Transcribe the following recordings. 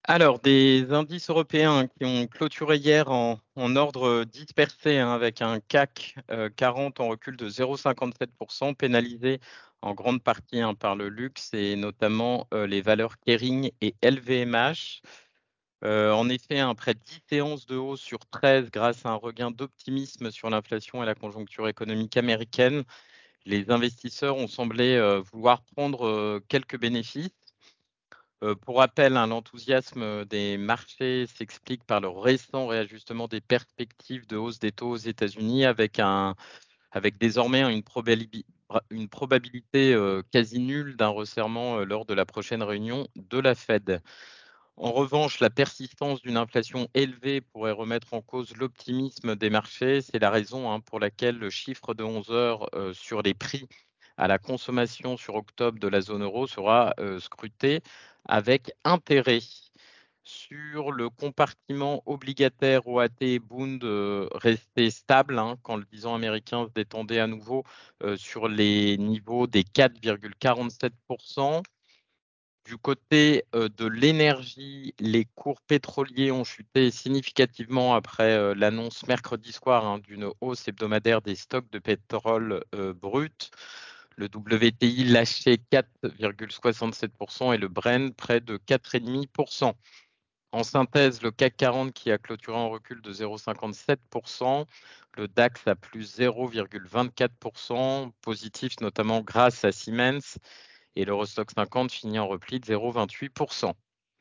Alors, des indices européens qui ont clôturé hier en ordre dispersé, hein, avec un CAC 40 en recul de 0,57%, pénalisé en grande partie, hein, par le luxe et notamment les valeurs Kering et LVMH. En effet, près de 10 séances de hausse sur 13 grâce à un regain d'optimisme sur l'inflation et la conjoncture économique américaine. Les investisseurs ont semblé vouloir prendre quelques bénéfices. Pour rappel, hein, l'enthousiasme des marchés s'explique par le récent réajustement des perspectives de hausse des taux aux États-Unis avec désormais une probabilité quasi nulle d'un resserrement lors de la prochaine réunion de la Fed. En revanche, la persistance d'une inflation élevée pourrait remettre en cause l'optimisme des marchés. C'est la raison, hein, pour laquelle le chiffre de 11 heures sur les prix à la consommation sur octobre de la zone euro sera scruté avec intérêt. Sur le compartiment obligataire OAT et Bund, resté stable, hein, quand le 10 ans américain se détendait à nouveau sur les niveaux des 4,47%. Du côté de l'énergie, les cours pétroliers ont chuté significativement après l'annonce mercredi soir, hein, d'une hausse hebdomadaire des stocks de pétrole brut. Le WTI lâchait 4,67% et le Brent près de 4,5%. En synthèse, le CAC 40 qui a clôturé en recul de 0,57%, le DAX à plus 0,24%, positif notamment grâce à Siemens, et l'Eurostoxx 50 finit en repli de 0,28%.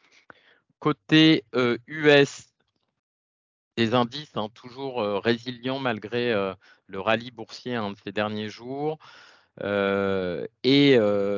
Côté US, des indices, hein, toujours résilients malgré le rallye boursier, hein, de ces derniers jours. Et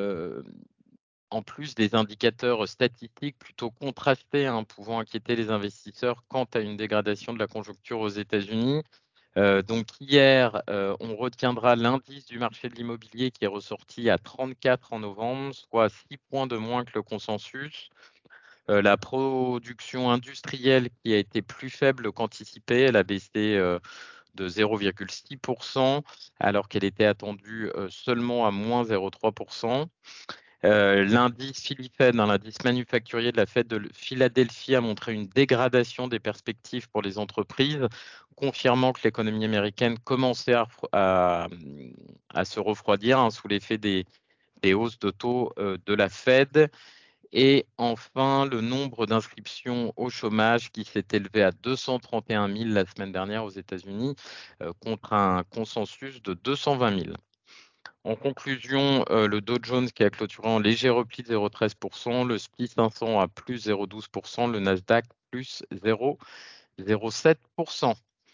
en plus des indicateurs statistiques plutôt contrastés, hein, pouvant inquiéter les investisseurs quant à une dégradation de la conjoncture aux États-Unis. Donc hier, on retiendra l'indice du marché de l'immobilier qui est ressorti à 34 en novembre, soit 6 points de moins que le consensus. La production industrielle qui a été plus faible qu'anticipé, elle a baissé de 0,6%, alors qu'elle était attendue seulement à moins 0,3%. L'indice Philifed, hein, l'indice manufacturier de la Fed de Philadelphie, a montré une dégradation des perspectives pour les entreprises, confirmant que l'économie américaine commençait à se refroidir, hein, sous l'effet des hausses de taux de la Fed. Et enfin, le nombre d'inscriptions au chômage qui s'est élevé à 231 000 la semaine dernière aux États-Unis, contre un consensus de 220 000. En conclusion, le Dow Jones qui a clôturé en léger repli de 0,13%, le SPI 500 à plus 0,12%, le Nasdaq plus 0,07%.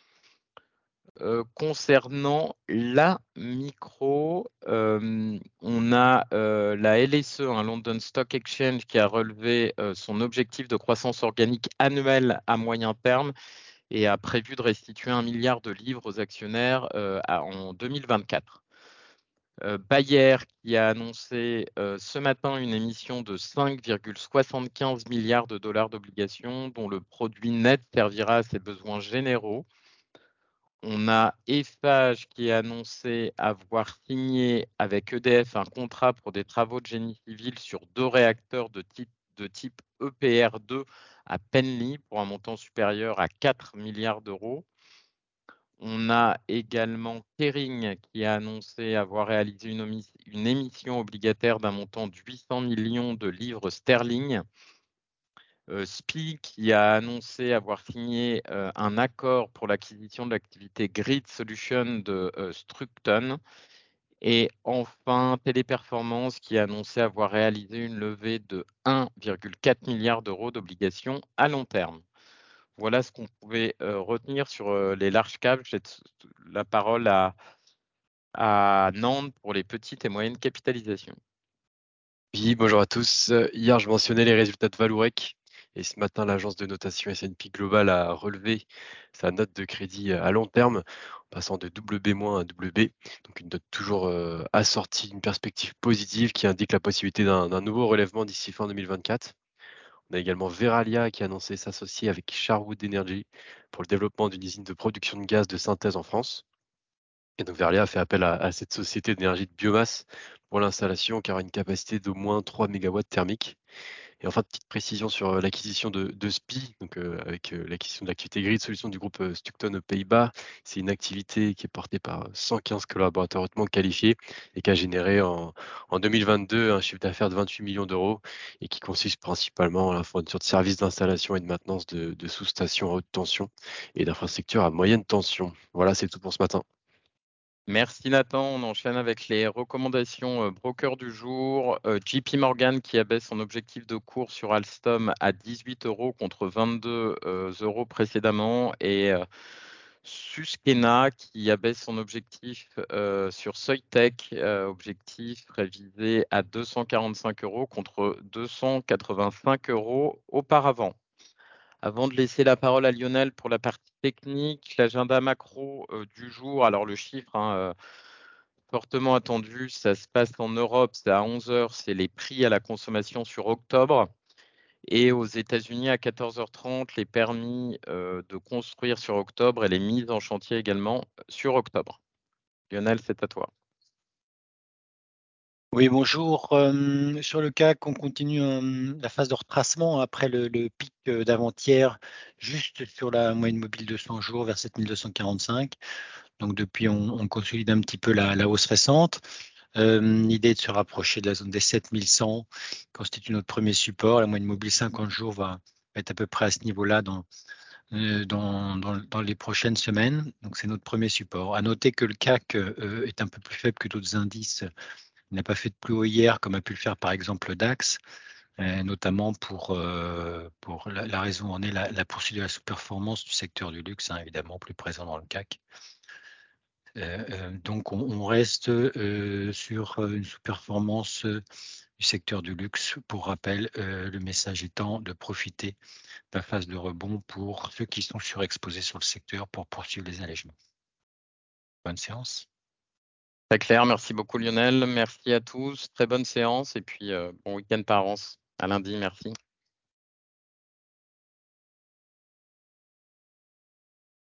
Concernant la micro, on a la LSE, un London Stock Exchange, qui a relevé son objectif de croissance organique annuelle à moyen terme et a prévu de restituer 1 milliard de livres aux actionnaires en 2024. Bayer qui a annoncé ce matin une émission de 5,75 milliards de dollars d'obligations dont le produit net servira à ses besoins généraux. On a Eiffage qui a annoncé avoir signé avec EDF un contrat pour des travaux de génie civil sur 2 réacteurs de type EPR2 à Penly pour un montant supérieur à 4 milliards d'euros. On a également Kering qui a annoncé avoir réalisé une émission obligataire d'un montant de 800 millions de livres sterling. SPI qui a annoncé avoir signé un accord pour l'acquisition de l'activité Grid Solutions de Structon. Et enfin, Téléperformance qui a annoncé avoir réalisé une levée de 1,4 milliard d'euros d'obligations à long terme. Voilà ce qu'on pouvait retenir sur les large caps. J'ai la parole à Nantes pour les petites et moyennes capitalisations. Oui, bonjour à tous. Hier, je mentionnais les résultats de Vallourec et ce matin, l'agence de notation S&P Global a relevé sa note de crédit à long terme, en passant de BB- à BB, donc une note toujours assortie d'une perspective positive qui indique la possibilité d'un nouveau relèvement d'ici fin 2024. On a également Veralia qui a annoncé s'associer avec Sharwood Energy pour le développement d'une usine de production de gaz de synthèse en France. Et donc Verlia a fait appel à cette société d'énergie de biomasse pour l'installation qui aura une capacité d'au moins 3 MW thermiques. Et enfin, petite précision sur, l'acquisition de SPIE, donc avec, l'acquisition de l'activité grille de solutions du groupe, Stucton aux Pays-Bas. C'est une activité qui est portée par 115 collaborateurs hautement qualifiés et qui a généré en 2022 un chiffre d'affaires de 28 millions d'euros et qui consiste principalement à la fourniture de services d'installation et de maintenance de sous-stations à haute tension et d'infrastructures à moyenne tension. Voilà, c'est tout pour ce matin. Merci Nathan. On enchaîne avec les recommandations broker du jour. JP Morgan qui abaisse son objectif de cours sur Alstom à 18 euros contre 22 euros précédemment. Et Suskena qui abaisse son objectif sur Soitec, objectif révisé à 245 euros contre 285 euros auparavant. Avant de laisser la parole à Lionel pour la partie technique, l'agenda macro du jour, alors le chiffre fortement attendu, ça se passe en Europe, c'est à 11 heures, c'est les prix à la consommation sur octobre. Et aux États-Unis, à 14h30, les permis de construire sur octobre et les mises en chantier également sur octobre. Lionel, c'est à toi. Oui, bonjour. Sur le CAC, on continue la phase de retracement après le pic d'avant-hier, juste sur la moyenne mobile de 100 jours vers 7245. Donc depuis, on consolide un petit peu la hausse récente. L'idée est de se rapprocher de la zone des 7100, qui constitue notre premier support. La moyenne mobile 50 jours va être à peu près à ce niveau-là dans les prochaines semaines. Donc c'est notre premier support. À noter que le CAC est un peu plus faible que d'autres indices. Il n'a pas fait de plus haut hier, comme a pu le faire par exemple le DAX, notamment pour la raison en est la poursuite de la sous-performance du secteur du luxe, hein, évidemment plus présent dans le CAC. Donc on reste sur une sous-performance du secteur du luxe. Pour rappel, le message étant de profiter de la phase de rebond pour ceux qui sont surexposés sur le secteur pour poursuivre les allègements. Bonne séance. Très clair, merci beaucoup Lionel. Merci à tous. Très bonne séance et puis bon week-end par avance. À lundi, merci.